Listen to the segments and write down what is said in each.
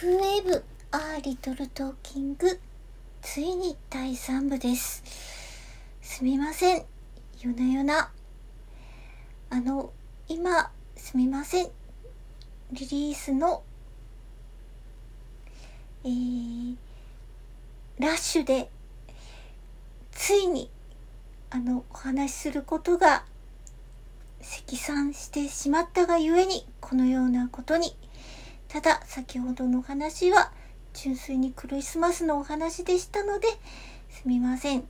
クウェーブリトルトーキング、ついに第3部です。すみません、夜な夜な今すみません、リリースのラッシュでついにお話しすることが積算してしまったがゆえにこのようなことに。ただ先ほどの話は純粋にクリスマスのお話でしたので、すみません。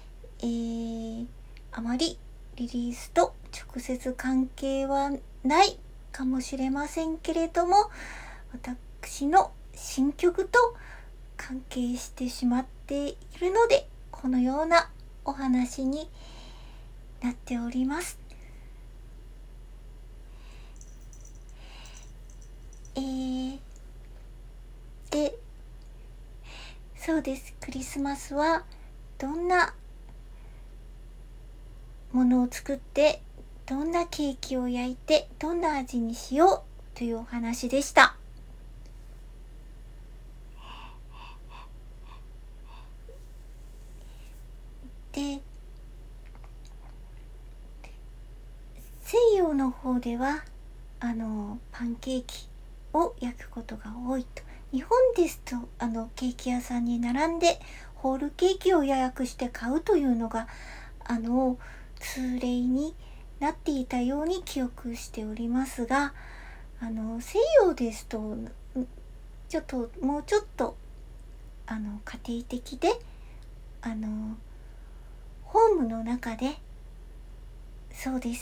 あまりリリースと直接関係はないかもしれませんけれども、私の新曲と関係してしまっているので、このようなお話になっております。で、そうです。クリスマスはどんなものを作って、どんなケーキを焼いて、どんな味にしようというお話でした。で、西洋の方ではパンケーキを焼くことが多いと。日本ですとケーキ屋さんに並んでホールケーキを予約して買うというのが通例になっていたように記憶しておりますが、西洋ですともうちょっと家庭的でホームの中で、そうです、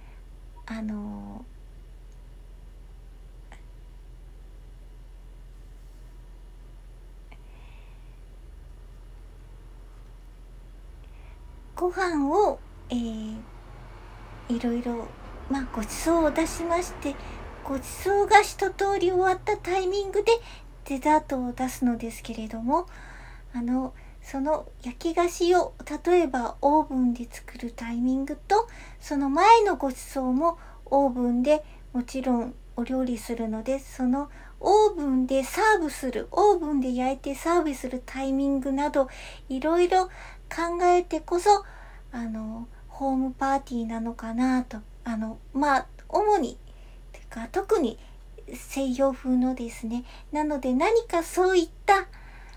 ご飯を、いろいろごちそうを出しまして、ごちそうが一通り終わったタイミングでデザートを出すのですけれども、その焼き菓子を例えばオーブンで作るタイミングと、その前のごちそうもオーブンでもちろんお料理するので、そのオーブンでオーブンで焼いてサーブするタイミングなど、いろいろ考えてこそホームパーティーなのかなと。主にてか特に西洋風のですね。なので何かそういった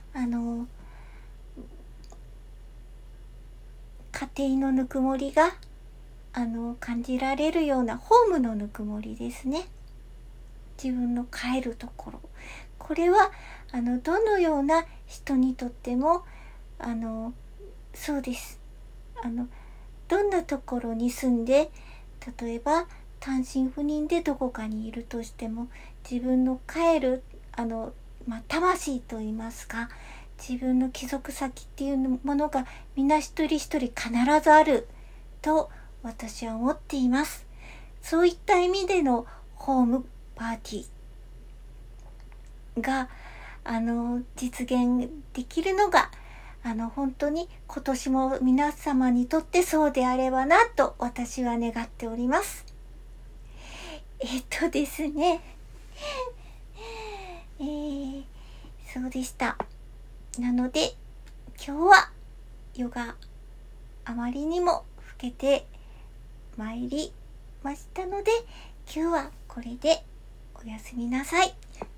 家庭のぬくもりが感じられるようなホームのぬくもりですね。自分の帰るところ、これはどのような人にとってもそうです。どんなところに住んで、例えば単身赴任でどこかにいるとしても、自分の帰る魂といいますか、自分の帰属先っていうものが皆一人一人必ずあると私は思っています。そういった意味でのホームパーティーが実現できるのが本当に今年も皆様にとってそうであればなと私は願っております。ですねそうでした。なので今日は夜があまりにも更けてまいりましたので、今日はこれでおやすみなさい。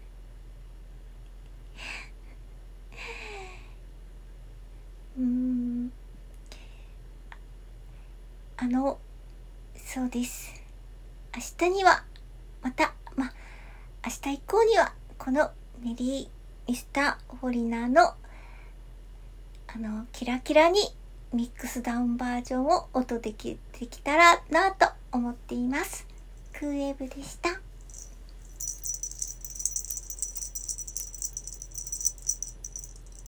そうです。明日にはまた、明日以降にはこのメリーミスターフォリナーのキラキラにミックスダウンバージョンをお届けできたらなと思っています。クーエブでした。